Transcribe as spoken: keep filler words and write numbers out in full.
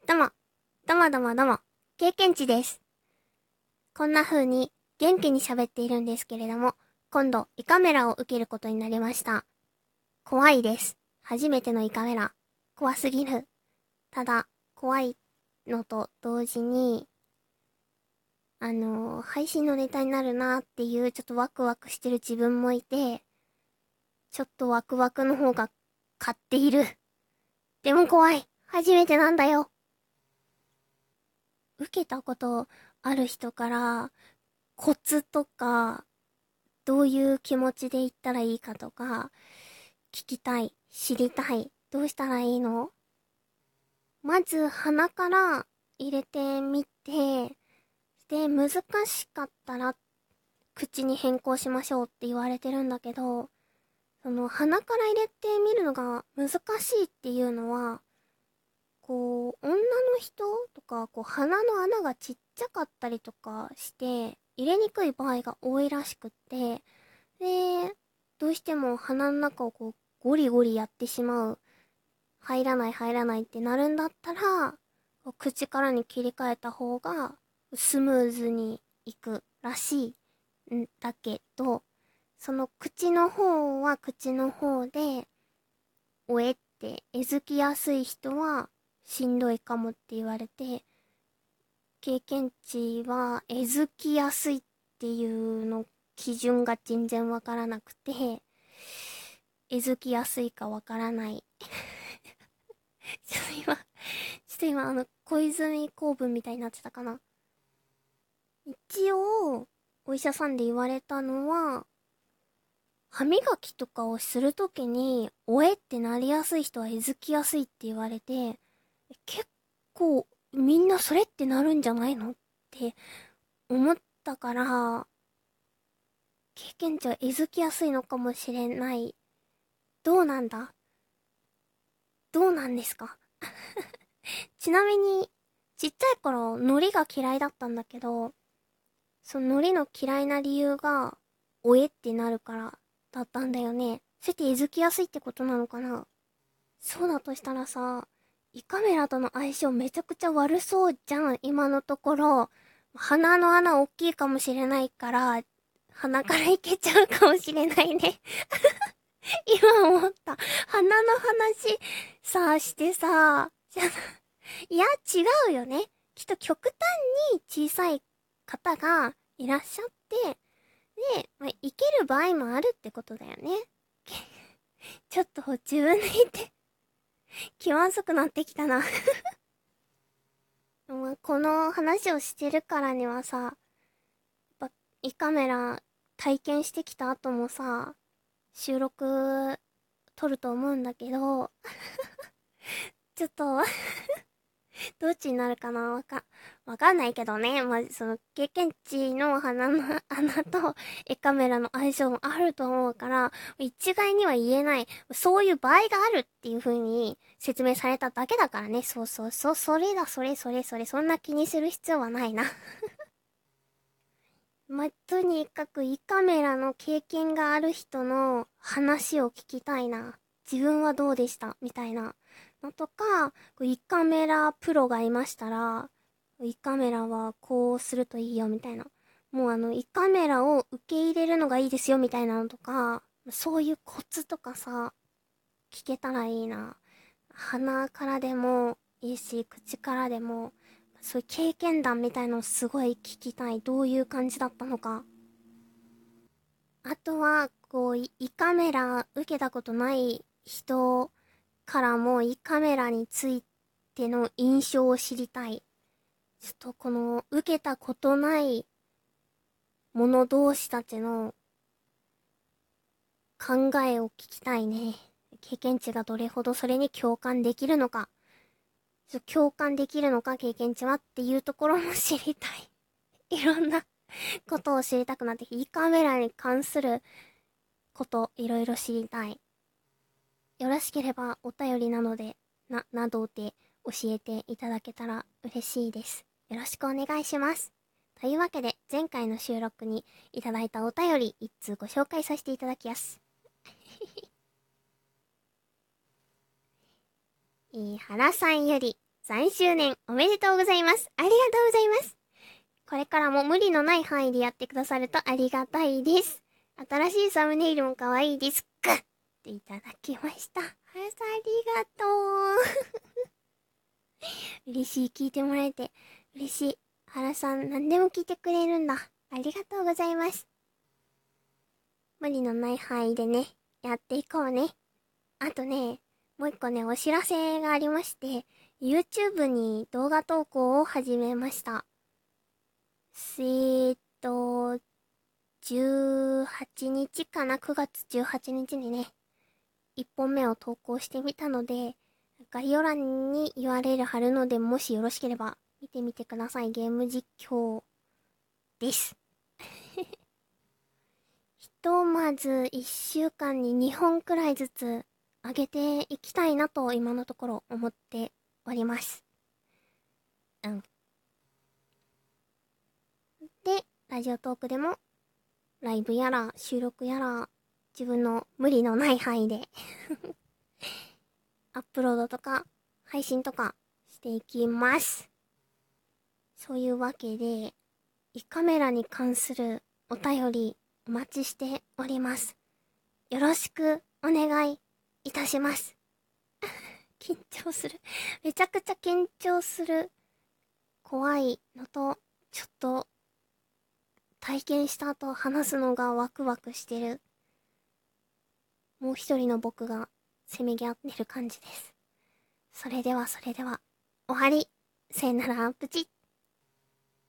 どうも、どうもどうもどうも、経験値です。こんな風に元気に喋っているんですけれども、今度胃カメラを受けることになりました。怖いです。初めての胃カメラ。怖すぎる。ただ、怖いのと同時に、あのー、配信のネタになるなっていうちょっとワクワクしてる自分もいて、ちょっとワクワクの方が勝っている。でも怖い。初めてなんだよ。受けたことある人からコツとか、どういう気持ちで言ったらいいかとか、聞きたい、知りたい、どうしたらいいの？まず鼻から入れてみて、で、難しかったら口に変更しましょうって言われてるんだけど、その鼻から入れてみるのが難しいっていうのは、こう、女の人とか、こう、鼻の穴がちっちゃかったりとかして、入れにくい場合が多いらしくって、で、どうしても鼻の中をこう、ゴリゴリやってしまう。入らない入らないってなるんだったら、こう口からに切り替えた方が、スムーズにいくらしいんだけど、その口の方は口の方で、おえってえずきやすい人はしんどいかもって言われて、経験値はえずきやすいっていうの基準が全然わからなくて、えずきやすいかわからない。ちょっと今、ちょっと今あの、小泉公文みたいになってたかな。一応、お医者さんで言われたのは、歯磨きとかをするときに、おえってなりやすい人はえずきやすいって言われて、結構みんなそれってなるんじゃないのって思ったから、経験値はえずきやすいのかもしれない。どうなんだ？どうなんですか？ちなみに、ちっちゃい頃海苔が嫌いだったんだけど、その海苔の嫌いな理由が、おえってなるからだったんだよね。それってえずきやすいってことなのかな？そうだとしたらさ、胃カメラとの相性めちゃくちゃ悪そうじゃん、今のところ。鼻の穴大きいかもしれないから、鼻からいけちゃうかもしれないね。今思った。鼻の話さ、してさ、じゃ、いや、違うよね。きっと極端に小さい方がいらっしゃって、で、まあ、いける場合もあるってことだよね。ちょっと自分で言って気まずくなってきたな。まあこの話をしてるからにはさ、やっぱ胃カメラ体験してきた後もさ、収録撮ると思うんだけど、ちょっとどっちになるかなわか、わかんないけどね。まあ、その経験値の鼻の穴と絵カメラの相性もあると思うから、一概には言えない。そういう場合があるっていう風に説明されただけだからね。そうそうそう。それだ、それそれそれ。そんな気にする必要はないな。まあ、とにかく胃カメラの経験がある人の話を聞きたいな。自分はどうでしたみたいなのとか、胃カメラプロがいましたら、胃カメラはこうするといいよみたいな。もうあの、胃カメラを受け入れるのがいいですよみたいなのとか、そういうコツとかさ、聞けたらいいな。鼻からでもいいし、口からでも、そういう経験談みたいのをすごい聞きたい。どういう感じだったのか。あとは、こう、胃カメラ受けたことない人からも胃カメラについての印象を知りたい。ちょっとこの受けたことない者同士たちの考えを聞きたいね。経験値がどれほどそれに共感できるのか。ちょ共感できるのか経験値はっていうところも知りたい。いろんなことを知りたくなって、胃カメラに関することいろいろ知りたい。よろしければお便りなので、な、などで教えていただけたら嬉しいです。よろしくお願いします。というわけで、前回の収録にいただいたお便り、一通ご紹介させていただきます。えー、原さんより、 さんしゅうねんおめでとうございます。ありがとうございます。これからも無理のない範囲でやってくださるとありがたいです。新しいサムネイルも可愛いです。グッっていただきました。はるさんありがとう。嬉しい、聞いてもらえて。嬉しい。はるさん何でも聞いてくれるんだ。ありがとうございます。無理のない範囲でね、やっていこうね。あとね、もう一個ね、お知らせがありまして、YouTube に動画投稿を始めました。えーっと、じゅうはちにちかな、くがつじゅうはちにちにちにね、いっぽんめを投稿してみたので、概要欄に ユーアールエル 貼るので、もしよろしければ見てみてください。ゲーム実況です。ひとまずいっしゅうかんににほんくらいずつ上げていきたいなと今のところ思っております。うん。で、ラジオトークでもライブやら収録やら自分の無理のない範囲でアップロードとか配信とかしていきます。そういうわけで、胃カメラに関するお便りお待ちしております。よろしくお願いいたします。緊張する。めちゃくちゃ緊張する。怖いのと、ちょっと体験した後話すのがワクワクしてる。もう一人の僕がせめぎ合ってる感じです。それではそれでは、終わり。さよなら、プチッ。